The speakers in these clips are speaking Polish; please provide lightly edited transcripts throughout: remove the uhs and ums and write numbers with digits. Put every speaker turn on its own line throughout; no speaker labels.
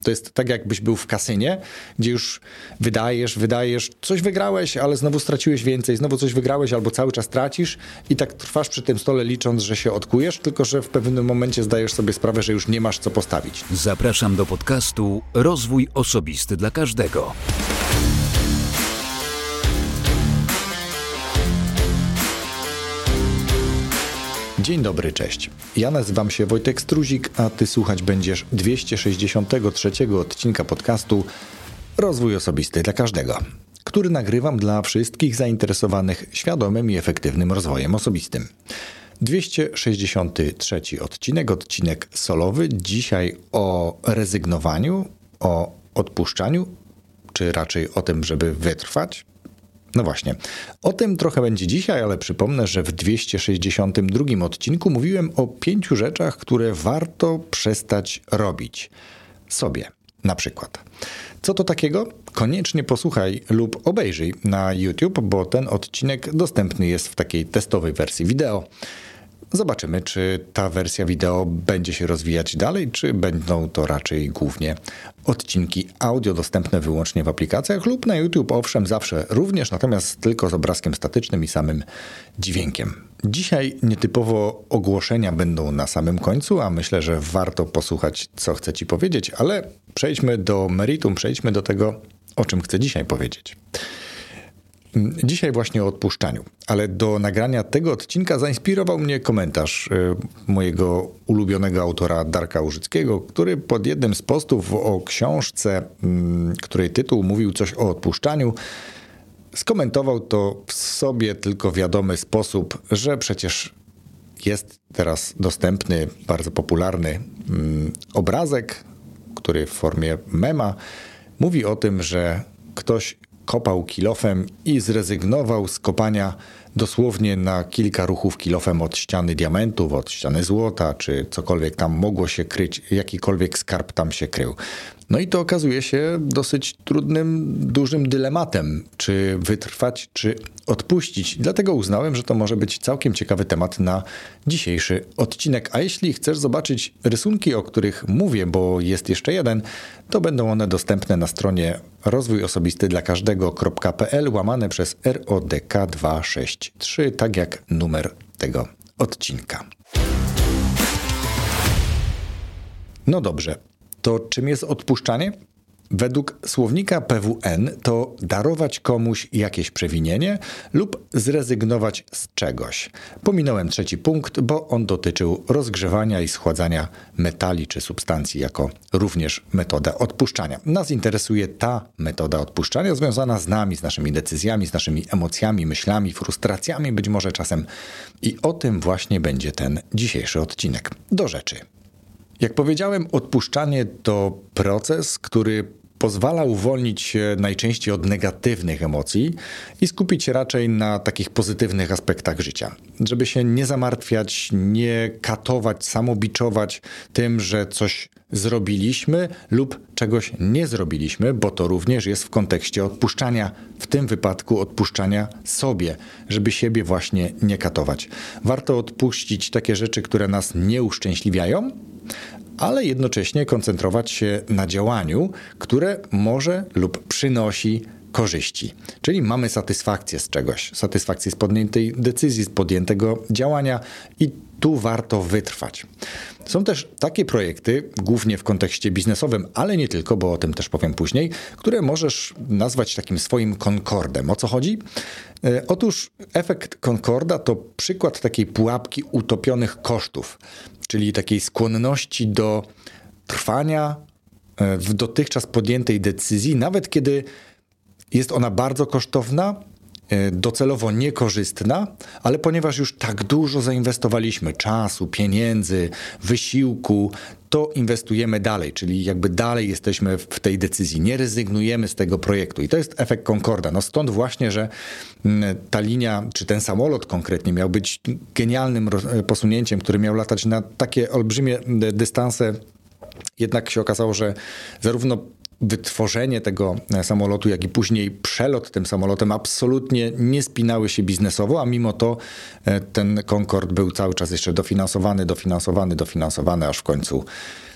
To jest tak, jakbyś był w kasynie, gdzie już wydajesz, coś wygrałeś, ale znowu straciłeś więcej, znowu coś wygrałeś albo cały czas tracisz i tak trwasz przy tym stole, licząc, że się odkujesz, tylko że w pewnym momencie zdajesz sobie sprawę, że już nie masz co postawić.
Zapraszam do podcastu Rozwój Osobisty dla Każdego.
Dzień dobry, cześć. Ja nazywam się Wojtek Struzik, a ty słuchać będziesz 263 odcinka podcastu Rozwój Osobisty dla Każdego, który nagrywam dla wszystkich zainteresowanych świadomym i efektywnym rozwojem osobistym. 263 odcinek solowy, dzisiaj o rezygnowaniu, o odpuszczaniu, czy raczej o tym, żeby wytrwać. No właśnie, o tym trochę będzie dzisiaj, ale przypomnę, że w 262 odcinku mówiłem o 5 rzeczach, które warto przestać robić sobie, na przykład. Co to takiego? Koniecznie posłuchaj lub obejrzyj na YouTube, bo ten odcinek dostępny jest w takiej testowej wersji wideo. Zobaczymy, czy ta wersja wideo będzie się rozwijać dalej, czy będą to raczej głównie odcinki audio dostępne wyłącznie w aplikacjach lub na YouTube, owszem, zawsze również, natomiast tylko z obrazkiem statycznym i samym dźwiękiem. Dzisiaj nietypowo ogłoszenia będą na samym końcu, a myślę, że warto posłuchać, co chcę Ci powiedzieć, ale przejdźmy do meritum, przejdźmy do tego, o czym chcę dzisiaj powiedzieć. Dzisiaj właśnie o odpuszczaniu, ale do nagrania tego odcinka zainspirował mnie komentarz mojego ulubionego autora Darka Łużyckiego, który pod jednym z postów o książce, której tytuł mówił coś o odpuszczaniu, skomentował to w sobie tylko wiadomy sposób, że przecież jest teraz dostępny bardzo popularny obrazek, który w formie mema mówi o tym, że ktoś kopał kilofem i zrezygnował z kopania dosłownie na kilka ruchów kilofem od ściany diamentów, od ściany złota, czy cokolwiek tam mogło się kryć, jakikolwiek skarb tam się krył. No i to okazuje się dosyć trudnym, dużym dylematem, czy wytrwać, czy odpuścić. Dlatego uznałem, że to może być całkiem ciekawy temat na dzisiejszy odcinek. A jeśli chcesz zobaczyć rysunki, o których mówię, bo jest jeszcze jeden, to będą one dostępne na stronie rozwójosobistydlakażdego.pl /RODK 263, tak jak numer tego odcinka. No dobrze. To czym jest odpuszczanie? Według słownika PWN to darować komuś jakieś przewinienie lub zrezygnować z czegoś. Pominąłem trzeci punkt, bo on dotyczył rozgrzewania i schładzania metali czy substancji jako również metoda odpuszczania. Nas interesuje ta metoda odpuszczania związana z nami, z naszymi decyzjami, z naszymi emocjami, myślami, frustracjami być może czasem. I o tym właśnie będzie ten dzisiejszy odcinek. Do rzeczy. Jak powiedziałem, odpuszczanie to proces, który pozwala uwolnić się najczęściej od negatywnych emocji i skupić się raczej na takich pozytywnych aspektach życia. Żeby się nie zamartwiać, nie katować, samobiczować tym, że coś zrobiliśmy lub czegoś nie zrobiliśmy, bo to również jest w kontekście odpuszczania, w tym wypadku odpuszczania sobie, żeby siebie właśnie nie katować. Warto odpuścić takie rzeczy, które nas nie uszczęśliwiają, ale jednocześnie koncentrować się na działaniu, które może lub przynosi korzyści. Czyli mamy satysfakcję z czegoś, satysfakcję z podjętej decyzji, z podjętego działania i tu warto wytrwać. Są też takie projekty, głównie w kontekście biznesowym, ale nie tylko, bo o tym też powiem później, które możesz nazwać takim swoim Concordem. O co chodzi? Otóż efekt Concorda to przykład takiej pułapki utopionych kosztów, czyli takiej skłonności do trwania w dotychczas podjętej decyzji, nawet kiedy jest ona bardzo kosztowna, docelowo niekorzystna, ale ponieważ już tak dużo zainwestowaliśmy czasu, pieniędzy, wysiłku, to inwestujemy dalej, czyli jakby dalej jesteśmy w tej decyzji, nie rezygnujemy z tego projektu. I to jest efekt Concorda. No stąd właśnie, że ta linia, czy ten samolot konkretnie miał być genialnym posunięciem, który miał latać na takie olbrzymie dystanse. Jednak się okazało, że zarówno wytworzenie tego samolotu, jak i później przelot tym samolotem absolutnie nie spinały się biznesowo, a mimo to ten Concorde był cały czas jeszcze dofinansowany, aż w końcu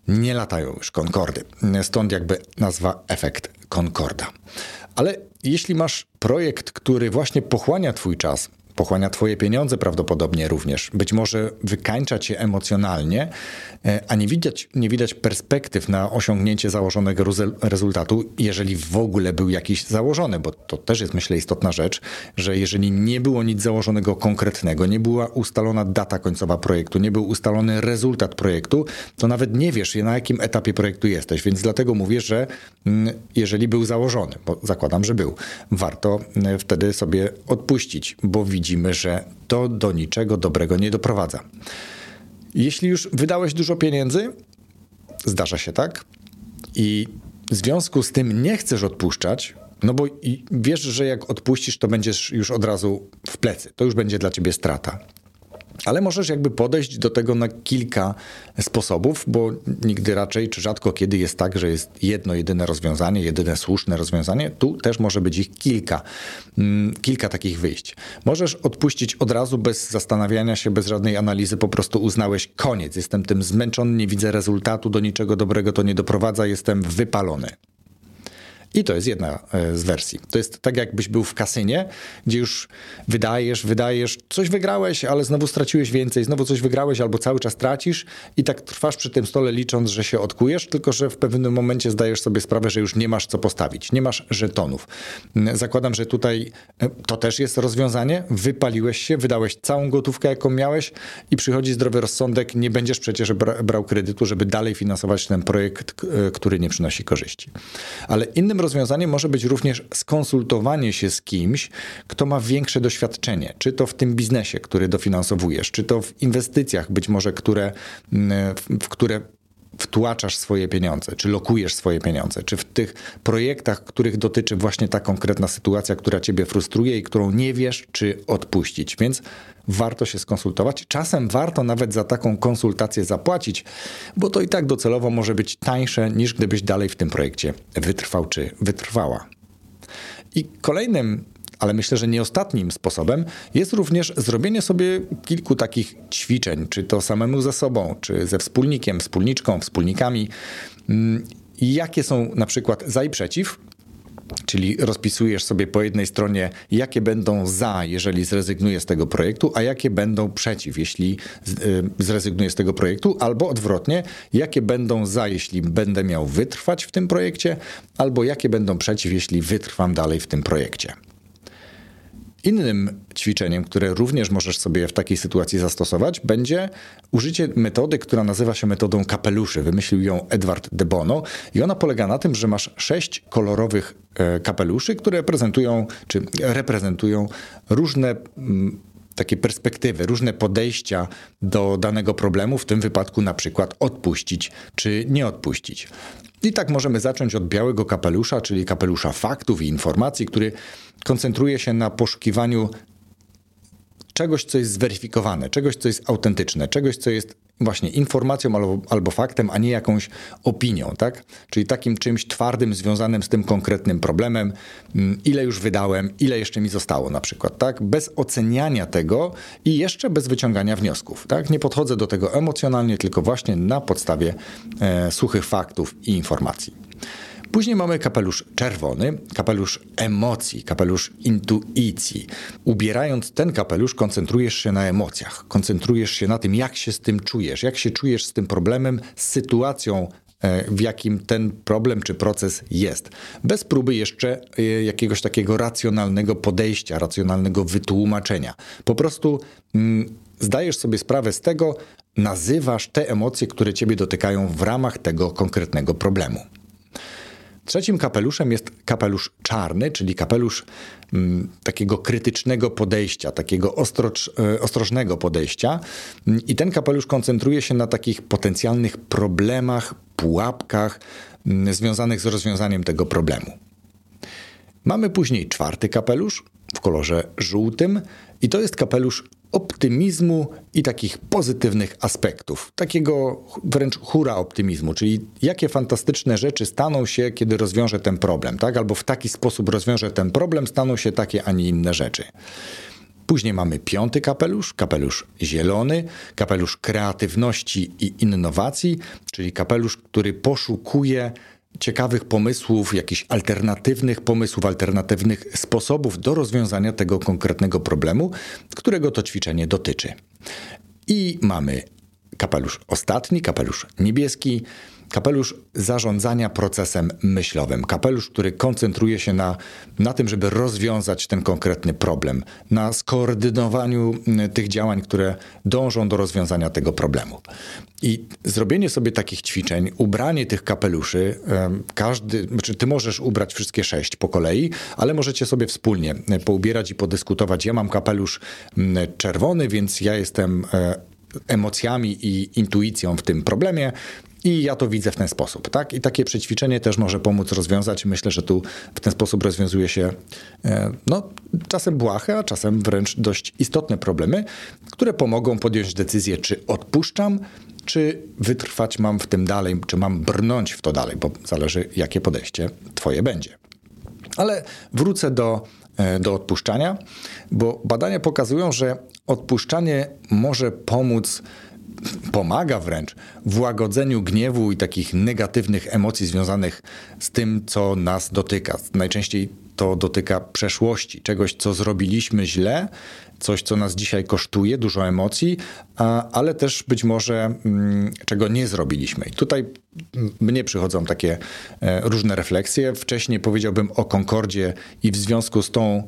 nie latają już Concordy. Stąd jakby nazwa efekt Concorda. Ale jeśli masz projekt, który właśnie pochłania twój czas, pochłania twoje pieniądze prawdopodobnie również, być może wykańcza cię emocjonalnie, a nie widać perspektyw na osiągnięcie założonego rezultatu, jeżeli w ogóle był jakiś założony, bo to też jest, myślę, istotna rzecz, że jeżeli nie było nic założonego konkretnego, nie była ustalona data końcowa projektu, nie był ustalony rezultat projektu, to nawet nie wiesz, na jakim etapie projektu jesteś, więc dlatego mówię, że jeżeli był założony, bo zakładam, że był, warto wtedy sobie odpuścić, bo widzimy, że to do niczego dobrego nie doprowadza. Jeśli już wydałeś dużo pieniędzy, zdarza się tak, i w związku z tym nie chcesz odpuszczać, no bo wiesz, że jak odpuścisz, to będziesz już od razu w plecy. To już będzie dla ciebie strata. Ale możesz jakby podejść do tego na kilka sposobów, bo nigdy raczej, czy rzadko kiedy jest tak, że jest jedno jedyne rozwiązanie, jedyne słuszne rozwiązanie. Tu też może być ich kilka takich wyjść. Możesz odpuścić od razu bez zastanawiania się, bez żadnej analizy, po prostu uznałeś koniec. Jestem tym zmęczony, nie widzę rezultatu, do niczego dobrego to nie doprowadza, jestem wypalony. I to jest jedna z wersji. To jest tak, jakbyś był w kasynie, gdzie już wydajesz, coś wygrałeś, ale znowu straciłeś więcej, znowu coś wygrałeś albo cały czas tracisz i tak trwasz przy tym stole, licząc, że się odkujesz, tylko że w pewnym momencie zdajesz sobie sprawę, że już nie masz co postawić, nie masz żetonów. Zakładam, że tutaj to też jest rozwiązanie. Wypaliłeś się, wydałeś całą gotówkę, jaką miałeś i przychodzi zdrowy rozsądek, nie będziesz przecież brał kredytu, żeby dalej finansować ten projekt, który nie przynosi korzyści. Ale innym rozwiązaniem może być również skonsultowanie się z kimś, kto ma większe doświadczenie, czy to w tym biznesie, który dofinansowujesz, czy to w inwestycjach być może, w które wtłaczasz swoje pieniądze, czy lokujesz swoje pieniądze, czy w tych projektach, których dotyczy właśnie ta konkretna sytuacja, która ciebie frustruje i którą nie wiesz, czy odpuścić. Więc warto się skonsultować. Czasem warto nawet za taką konsultację zapłacić, bo to i tak docelowo może być tańsze, niż gdybyś dalej w tym projekcie wytrwał czy wytrwała. I kolejnym, ale myślę, że nie ostatnim sposobem jest również zrobienie sobie kilku takich ćwiczeń, czy to samemu ze sobą, czy ze wspólnikiem, wspólniczką, wspólnikami. Jakie są na przykład za i przeciw, czyli rozpisujesz sobie po jednej stronie, jakie będą za, jeżeli zrezygnuję z tego projektu, a jakie będą przeciw, jeśli zrezygnuję z tego projektu, albo odwrotnie, jakie będą za, jeśli będę miał wytrwać w tym projekcie, albo jakie będą przeciw, jeśli wytrwam dalej w tym projekcie. Innym ćwiczeniem, które również możesz sobie w takiej sytuacji zastosować, będzie użycie metody, która nazywa się metodą kapeluszy. Wymyślił ją Edward de Bono i ona polega na tym, że masz 6 kolorowych kapeluszy, które reprezentują różne takie perspektywy, różne podejścia do danego problemu, w tym wypadku na przykład odpuścić czy nie odpuścić. I tak możemy zacząć od białego kapelusza, czyli kapelusza faktów i informacji, który koncentruje się na poszukiwaniu czegoś, co jest zweryfikowane, czegoś, co jest autentyczne, czegoś, co jest właśnie informacją albo faktem, a nie jakąś opinią, tak? Czyli takim czymś twardym, związanym z tym konkretnym problemem, ile już wydałem, ile jeszcze mi zostało na przykład, tak? Bez oceniania tego i jeszcze bez wyciągania wniosków, tak? Nie podchodzę do tego emocjonalnie, tylko właśnie na podstawie suchych faktów i informacji. Później mamy kapelusz czerwony, kapelusz emocji, kapelusz intuicji. Ubierając ten kapelusz, koncentrujesz się na emocjach, koncentrujesz się na tym, jak się z tym czujesz, jak się czujesz z tym problemem, z sytuacją, w jakim ten problem czy proces jest. Bez próby jeszcze jakiegoś takiego racjonalnego podejścia, racjonalnego wytłumaczenia. Po prostu zdajesz sobie sprawę z tego, nazywasz te emocje, które ciebie dotykają w ramach tego konkretnego problemu. Trzecim kapeluszem jest kapelusz czarny, czyli kapelusz takiego krytycznego podejścia, takiego ostrożnego podejścia. I ten kapelusz koncentruje się na takich potencjalnych problemach, pułapkach związanych z rozwiązaniem tego problemu. Mamy później czwarty kapelusz w kolorze żółtym i to jest kapelusz optymizmu i takich pozytywnych aspektów. Takiego wręcz hura optymizmu, czyli jakie fantastyczne rzeczy staną się, kiedy rozwiążę ten problem, tak? Albo w taki sposób rozwiążę ten problem, staną się takie, a nie inne rzeczy. Później mamy 5. kapelusz, kapelusz zielony, kapelusz kreatywności i innowacji, czyli kapelusz, który poszukuje ciekawych pomysłów, jakichś alternatywnych pomysłów, alternatywnych sposobów do rozwiązania tego konkretnego problemu, którego to ćwiczenie dotyczy. I mamy kapelusz ostatni, kapelusz niebieski, kapelusz zarządzania procesem myślowym. Kapelusz, który koncentruje się na tym, żeby rozwiązać ten konkretny problem, na skoordynowaniu tych działań, które dążą do rozwiązania tego problemu. I zrobienie sobie takich ćwiczeń, ubranie tych kapeluszy, ty możesz ubrać wszystkie 6 po kolei, ale możecie sobie wspólnie poubierać i podyskutować. Ja mam kapelusz czerwony, więc ja jestem emocjami i intuicją w tym problemie i ja to widzę w ten sposób, tak? I takie przećwiczenie też może pomóc rozwiązać. Myślę, że tu w ten sposób rozwiązuje się czasem błahe, a czasem wręcz dość istotne problemy, które pomogą podjąć decyzję, czy odpuszczam, czy wytrwać mam w tym dalej, czy mam brnąć w to dalej, bo zależy, jakie podejście twoje będzie. Ale wrócę do odpuszczania, bo badania pokazują, że odpuszczanie może pomaga wręcz w łagodzeniu gniewu i takich negatywnych emocji związanych z tym, co nas dotyka. Najczęściej to dotyka przeszłości, czegoś, co zrobiliśmy źle, coś, co nas dzisiaj kosztuje, dużo emocji, ale też być może czego nie zrobiliśmy. I tutaj mnie przychodzą takie różne refleksje. Wcześniej powiedziałbym o Concordzie i w związku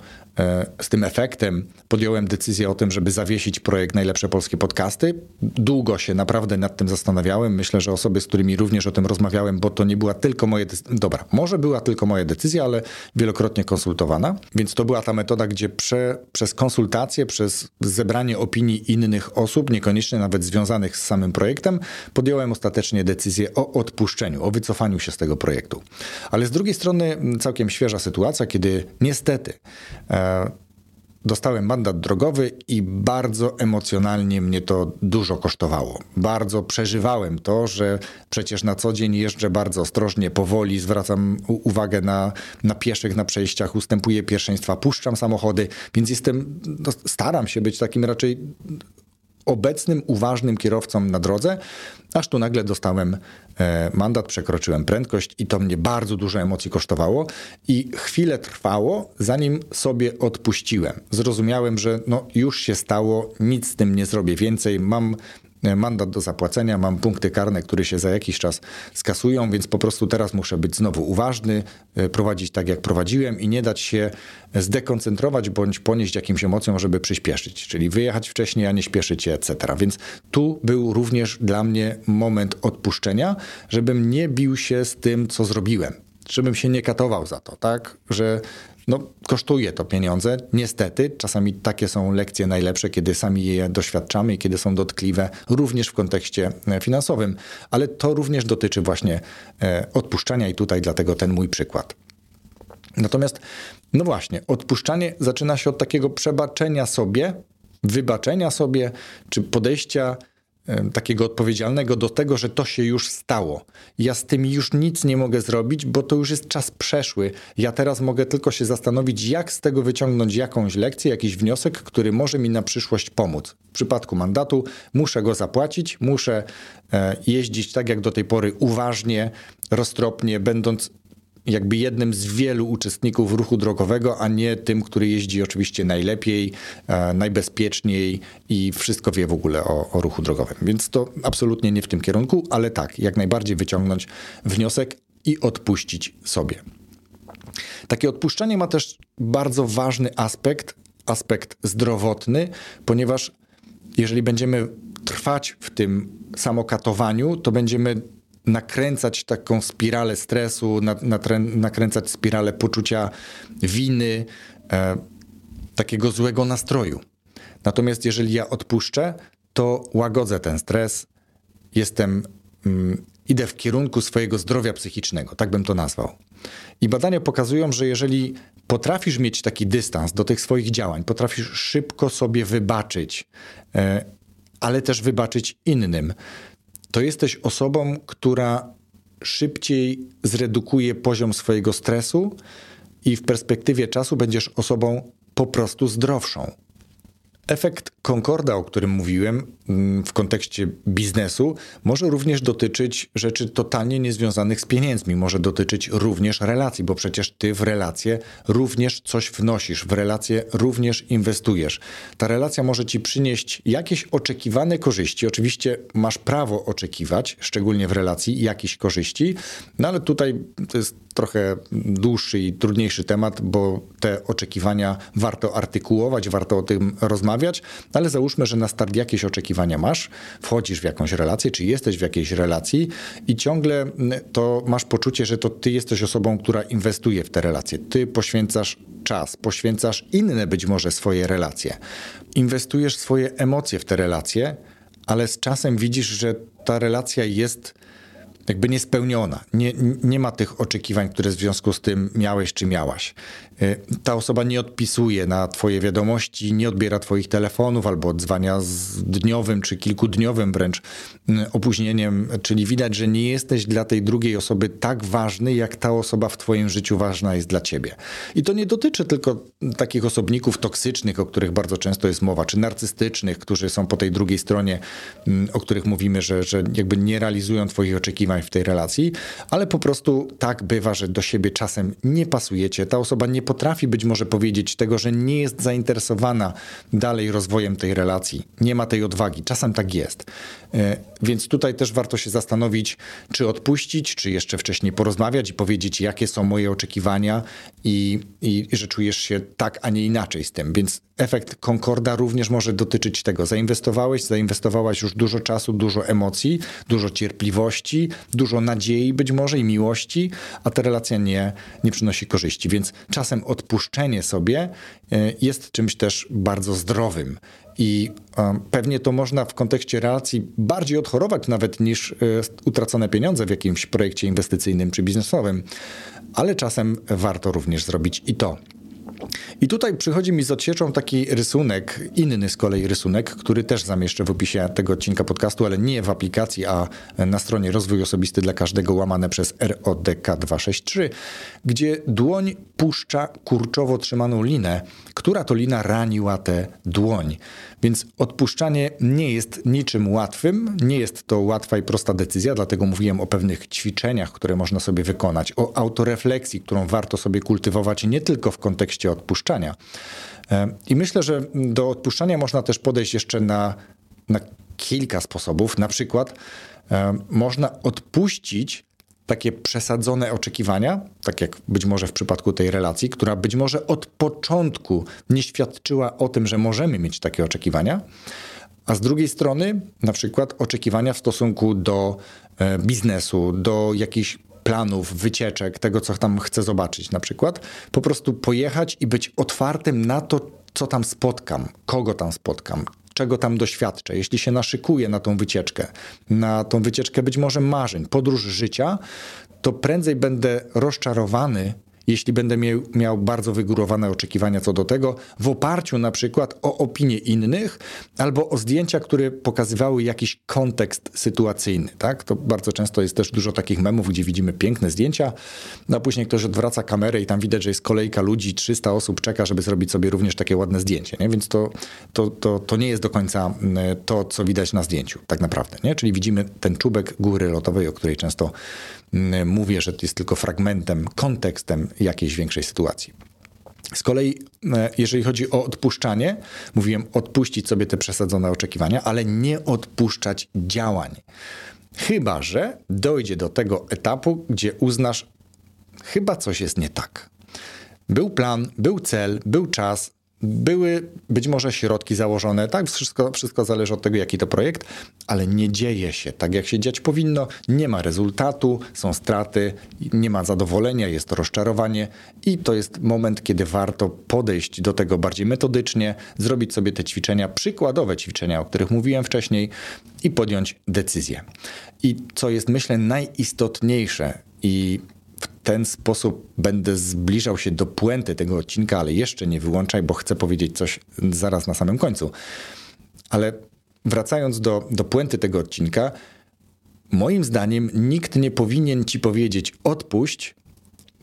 z tym efektem podjąłem decyzję o tym, żeby zawiesić projekt Najlepsze Polskie Podcasty. Długo się naprawdę nad tym zastanawiałem. Myślę, że osoby, z którymi również o tym rozmawiałem, bo to nie była tylko moja decyzja. Dobra, może była tylko moja decyzja, ale wielokrotnie konsultowana. Więc to była ta metoda, gdzie przez konsultacje, przez zebranie opinii innych osób, niekoniecznie nawet związanych z samym projektem, podjąłem ostatecznie decyzję o odpuszczeniu, o wycofaniu się z tego projektu. Ale z drugiej strony całkiem świeża sytuacja, kiedy niestety dostałem mandat drogowy i bardzo emocjonalnie mnie to dużo kosztowało. Bardzo przeżywałem to, że przecież na co dzień jeżdżę bardzo ostrożnie, powoli, zwracam uwagę na pieszych na przejściach, ustępuję pierwszeństwa, puszczam samochody, więc staram się być takim raczej obecnym, uważnym kierowcą na drodze, aż tu nagle dostałem mandat, przekroczyłem prędkość i to mnie bardzo dużo emocji kosztowało i chwilę trwało, zanim sobie odpuściłem. Zrozumiałem, że już się stało, nic z tym nie zrobię więcej, mam mandat do zapłacenia, mam punkty karne, które się za jakiś czas skasują, więc po prostu teraz muszę być znowu uważny, prowadzić tak, jak prowadziłem i nie dać się zdekoncentrować bądź ponieść jakimś emocjom, żeby przyspieszyć, czyli wyjechać wcześniej, a nie śpieszyć się, etc. Więc tu był również dla mnie moment odpuszczenia, żebym nie bił się z tym, co zrobiłem, żebym się nie katował za to, tak, że kosztuje to pieniądze. Niestety, czasami takie są lekcje najlepsze, kiedy sami je doświadczamy i kiedy są dotkliwe, również w kontekście finansowym. Ale to również dotyczy właśnie odpuszczania i tutaj dlatego ten mój przykład. Natomiast, właśnie, odpuszczanie zaczyna się od takiego przebaczenia sobie, wybaczenia sobie, czy podejścia takiego odpowiedzialnego do tego, że to się już stało. Ja z tym już nic nie mogę zrobić, bo to już jest czas przeszły. Ja teraz mogę tylko się zastanowić, jak z tego wyciągnąć jakąś lekcję, jakiś wniosek, który może mi na przyszłość pomóc. W przypadku mandatu muszę go zapłacić, muszę jeździć tak jak do tej pory uważnie, roztropnie, będąc jakby jednym z wielu uczestników ruchu drogowego, a nie tym, który jeździ oczywiście najlepiej, najbezpieczniej i wszystko wie w ogóle o ruchu drogowym. Więc to absolutnie nie w tym kierunku, ale tak, jak najbardziej wyciągnąć wniosek i odpuścić sobie. Takie odpuszczanie ma też bardzo ważny aspekt zdrowotny, ponieważ jeżeli będziemy trwać w tym samokatowaniu, to będziemy nakręcać taką spiralę stresu, nakręcać spiralę poczucia winy, takiego złego nastroju. Natomiast jeżeli ja odpuszczę, to łagodzę ten stres, idę w kierunku swojego zdrowia psychicznego, tak bym to nazwał. I badania pokazują, że jeżeli potrafisz mieć taki dystans do tych swoich działań, potrafisz szybko sobie wybaczyć, ale też wybaczyć innym, to jesteś osobą, która szybciej zredukuje poziom swojego stresu i w perspektywie czasu będziesz osobą po prostu zdrowszą. Efekt Concorda, o którym mówiłem w kontekście biznesu, może również dotyczyć rzeczy totalnie niezwiązanych z pieniędzmi. Może dotyczyć również relacji, bo przecież ty w relacje również coś wnosisz, w relacje również inwestujesz. Ta relacja może ci przynieść jakieś oczekiwane korzyści. Oczywiście masz prawo oczekiwać, szczególnie w relacji, jakichś korzyści, no ale tutaj to jest trochę dłuższy i trudniejszy temat, bo te oczekiwania warto artykułować, warto o tym rozmawiać, ale załóżmy, że na start jakieś oczekiwania masz, wchodzisz w jakąś relację, czy jesteś w jakiejś relacji i ciągle to masz poczucie, że to ty jesteś osobą, która inwestuje w te relacje. Ty poświęcasz czas, poświęcasz inne być może swoje relacje. Inwestujesz swoje emocje w te relacje, ale z czasem widzisz, że ta relacja jest jakby niespełniona. Nie ma tych oczekiwań, które w związku z tym miałeś czy miałaś. Ta osoba nie odpisuje na twoje wiadomości, nie odbiera twoich telefonów albo odzwania z dniowym czy kilkudniowym wręcz opóźnieniem, czyli widać, że nie jesteś dla tej drugiej osoby tak ważny, jak ta osoba w twoim życiu ważna jest dla ciebie. I to nie dotyczy tylko takich osobników toksycznych, o których bardzo często jest mowa, czy narcystycznych, którzy są po tej drugiej stronie, o których mówimy, że jakby nie realizują twoich oczekiwań w tej relacji, ale po prostu tak bywa, że do siebie czasem nie pasujecie. Ta osoba nie potrafi być może powiedzieć tego, że nie jest zainteresowana dalej rozwojem tej relacji. Nie ma tej odwagi. Czasem tak jest. Więc tutaj też warto się zastanowić, czy odpuścić, czy jeszcze wcześniej porozmawiać i powiedzieć, jakie są moje oczekiwania i że czujesz się tak, a nie inaczej z tym. Więc efekt Concorda również może dotyczyć tego. Zainwestowałaś już dużo czasu, dużo emocji, dużo cierpliwości, dużo nadziei być może i miłości, a ta relacja nie przynosi korzyści. Więc czasem odpuszczenie sobie jest czymś też bardzo zdrowym. I pewnie to można w kontekście relacji bardziej odchorować nawet niż utracone pieniądze w jakimś projekcie inwestycyjnym czy biznesowym, ale czasem warto również zrobić i to. I tutaj przychodzi mi z odsieczą taki rysunek, inny z kolei rysunek, który też zamieszczę w opisie tego odcinka podcastu, ale nie w aplikacji, a na stronie Rozwój Osobisty dla Każdego łamane przez RODK 263, gdzie dłoń puszcza kurczowo trzymaną linę, która to lina raniła tę dłoń. Więc odpuszczanie nie jest niczym łatwym, nie jest to łatwa i prosta decyzja, dlatego mówiłem o pewnych ćwiczeniach, które można sobie wykonać, o autorefleksji, którą warto sobie kultywować nie tylko w kontekście odpuszczania. I myślę, że do odpuszczania można też podejść jeszcze na kilka sposobów. Na przykład można odpuścić takie przesadzone oczekiwania, tak jak być może w przypadku tej relacji, która być może od początku nie świadczyła o tym, że możemy mieć takie oczekiwania, a z drugiej strony na przykład oczekiwania w stosunku do biznesu, do jakichś planów, wycieczek, tego, co tam chcę zobaczyć na przykład, po prostu pojechać i być otwartym na to, co tam spotkam, kogo tam spotkam, czego tam doświadczę. Jeśli się naszykuję na tą wycieczkę być może marzeń, podróż życia, to prędzej będę rozczarowany, jeśli będę miał bardzo wygórowane oczekiwania co do tego, w oparciu na przykład o opinie innych albo o zdjęcia, które pokazywały jakiś kontekst sytuacyjny. Tak? To bardzo często jest też dużo takich memów, gdzie widzimy piękne zdjęcia, a później ktoś odwraca kamerę i tam widać, że jest kolejka ludzi, 300 osób czeka, żeby zrobić sobie również takie ładne zdjęcie. Nie? Więc to nie jest do końca to, co widać na zdjęciu tak naprawdę. Nie? Czyli widzimy ten czubek góry lodowej, o której często mówię, że to jest tylko fragmentem, kontekstem jakiejś większej sytuacji. Z kolei, jeżeli chodzi o odpuszczanie, mówiłem odpuścić sobie te przesadzone oczekiwania, ale nie odpuszczać działań. Chyba że dojdzie do tego etapu, gdzie uznasz, chyba coś jest nie tak. Był plan, był cel, był czas, były być może środki założone, tak? Wszystko zależy od tego, jaki to projekt, ale nie dzieje się tak, jak się dziać powinno, nie ma rezultatu, są straty, nie ma zadowolenia, jest to rozczarowanie i to jest moment, kiedy warto podejść do tego bardziej metodycznie, zrobić sobie te ćwiczenia, przykładowe ćwiczenia, o których mówiłem wcześniej i podjąć decyzję. I co jest, myślę, najistotniejsze i w ten sposób będę zbliżał się do puenty tego odcinka, ale jeszcze nie wyłączaj, bo chcę powiedzieć coś zaraz na samym końcu. Ale wracając do puenty tego odcinka, moim zdaniem nikt nie powinien ci powiedzieć odpuść,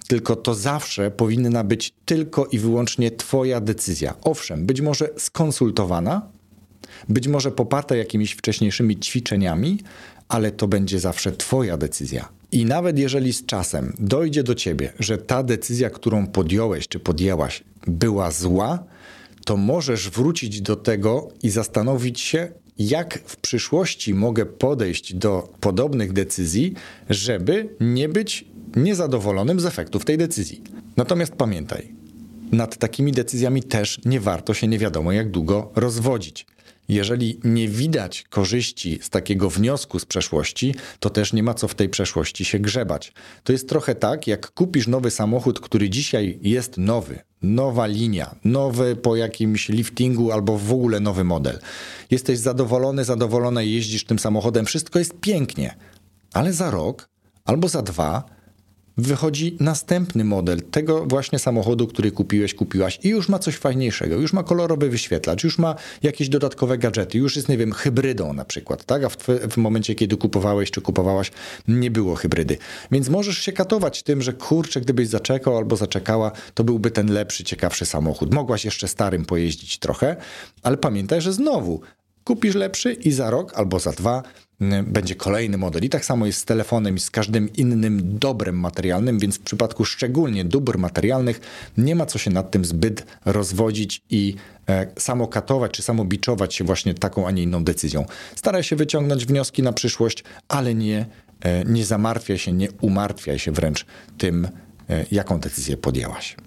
Tylko to zawsze powinna być tylko i wyłącznie twoja decyzja. Owszem, być może skonsultowana, być może poparta jakimiś wcześniejszymi ćwiczeniami, ale to będzie zawsze twoja decyzja. I nawet jeżeli z czasem dojdzie do ciebie, że ta decyzja, którą podjąłeś czy podjęłaś, była zła, to możesz wrócić do tego i zastanowić się, jak w przyszłości mogę podejść do podobnych decyzji, żeby nie być niezadowolonym z efektów tej decyzji. Natomiast pamiętaj, nad takimi decyzjami też nie warto się nie wiadomo jak długo rozwodzić. Jeżeli nie widać korzyści z takiego wniosku z przeszłości, to też nie ma co w tej przeszłości się grzebać. To jest trochę tak, jak kupisz nowy samochód, który dzisiaj jest nowy, nowa linia, nowy po jakimś liftingu albo w ogóle nowy model. Jesteś zadowolona, jeździsz tym samochodem, wszystko jest pięknie, ale za rok albo za 2 wychodzi następny model tego właśnie samochodu, który kupiłaś i już ma coś fajniejszego, już ma kolorowy wyświetlacz, już ma jakieś dodatkowe gadżety, już jest, nie wiem, hybrydą na przykład, tak? A w momencie, kiedy kupowałeś czy kupowałaś, nie było hybrydy. Więc możesz się katować tym, że kurczę, gdybyś zaczekał albo zaczekała, to byłby ten lepszy, ciekawszy samochód. Mogłaś jeszcze starym pojeździć trochę, ale pamiętaj, że znowu kupisz lepszy i za rok albo za 2 będzie kolejny model. I tak samo jest z telefonem i z każdym innym dobrem materialnym, więc w przypadku szczególnie dóbr materialnych nie ma co się nad tym zbyt rozwodzić i samokatować czy samobiczować się właśnie taką, a nie inną decyzją. Staraj się wyciągnąć wnioski na przyszłość, ale nie zamartwiaj się, nie umartwiaj się wręcz tym, jaką decyzję podjęłaś.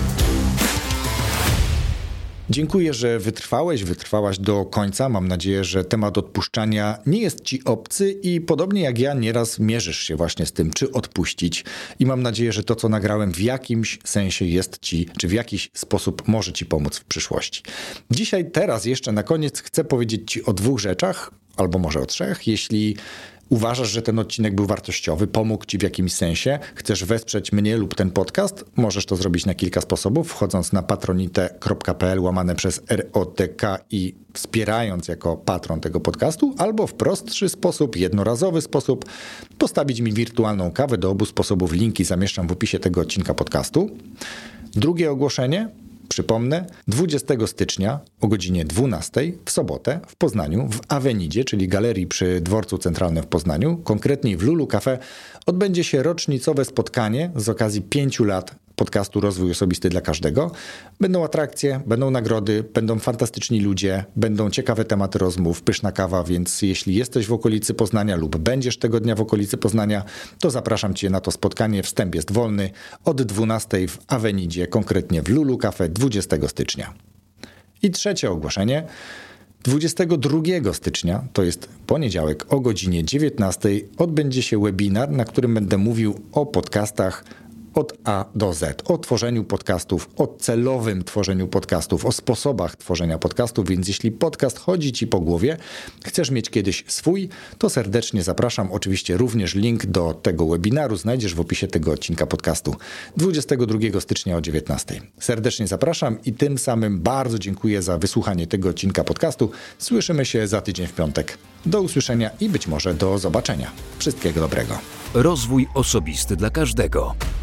Dziękuję, że wytrwałaś do końca. Mam nadzieję, że temat odpuszczania nie jest ci obcy i podobnie jak ja nieraz mierzysz się właśnie z tym, czy odpuścić. I mam nadzieję, że to, co nagrałem w jakimś sensie jest ci, czy w jakiś sposób może ci pomóc w przyszłości. Teraz jeszcze na koniec chcę powiedzieć ci o 2 rzeczach, albo może o 3. Jeśli uważasz, że ten odcinek był wartościowy, pomógł ci w jakimś sensie, chcesz wesprzeć mnie lub ten podcast, możesz to zrobić na kilka sposobów, wchodząc na patronite.pl/ROTK i wspierając jako patron tego podcastu, albo w prostszy sposób, jednorazowy sposób, postawić mi wirtualną kawę. Do obu sposobów linki zamieszczam w opisie tego odcinka podcastu. Drugie ogłoszenie. Przypomnę, 20 stycznia o godzinie 12 w sobotę w Poznaniu, w Avenidzie, czyli galerii przy Dworcu Centralnym w Poznaniu, konkretniej w Lulu Cafe, odbędzie się rocznicowe spotkanie z okazji 5 lat podcastu Rozwój Osobisty dla Każdego. Będą atrakcje, będą nagrody, będą fantastyczni ludzie, będą ciekawe tematy rozmów, pyszna kawa, więc jeśli jesteś w okolicy Poznania lub będziesz tego dnia w okolicy Poznania, to zapraszam cię na to spotkanie. Wstęp jest wolny od 12 w Avenidzie, konkretnie w Lulu Cafe 20 stycznia. I trzecie ogłoszenie. 22 stycznia, to jest poniedziałek o godzinie 19, odbędzie się webinar, na którym będę mówił o podcastach od A do Z, o tworzeniu podcastów, o celowym tworzeniu podcastów, o sposobach tworzenia podcastów, więc jeśli podcast chodzi ci po głowie, chcesz mieć kiedyś swój, to serdecznie zapraszam. Oczywiście również link do tego webinaru znajdziesz w opisie tego odcinka podcastu 22 stycznia o 19. Serdecznie zapraszam i tym samym bardzo dziękuję za wysłuchanie tego odcinka podcastu. Słyszymy się za tydzień w piątek. Do usłyszenia i być może do zobaczenia. Wszystkiego dobrego.
Rozwój osobisty dla każdego.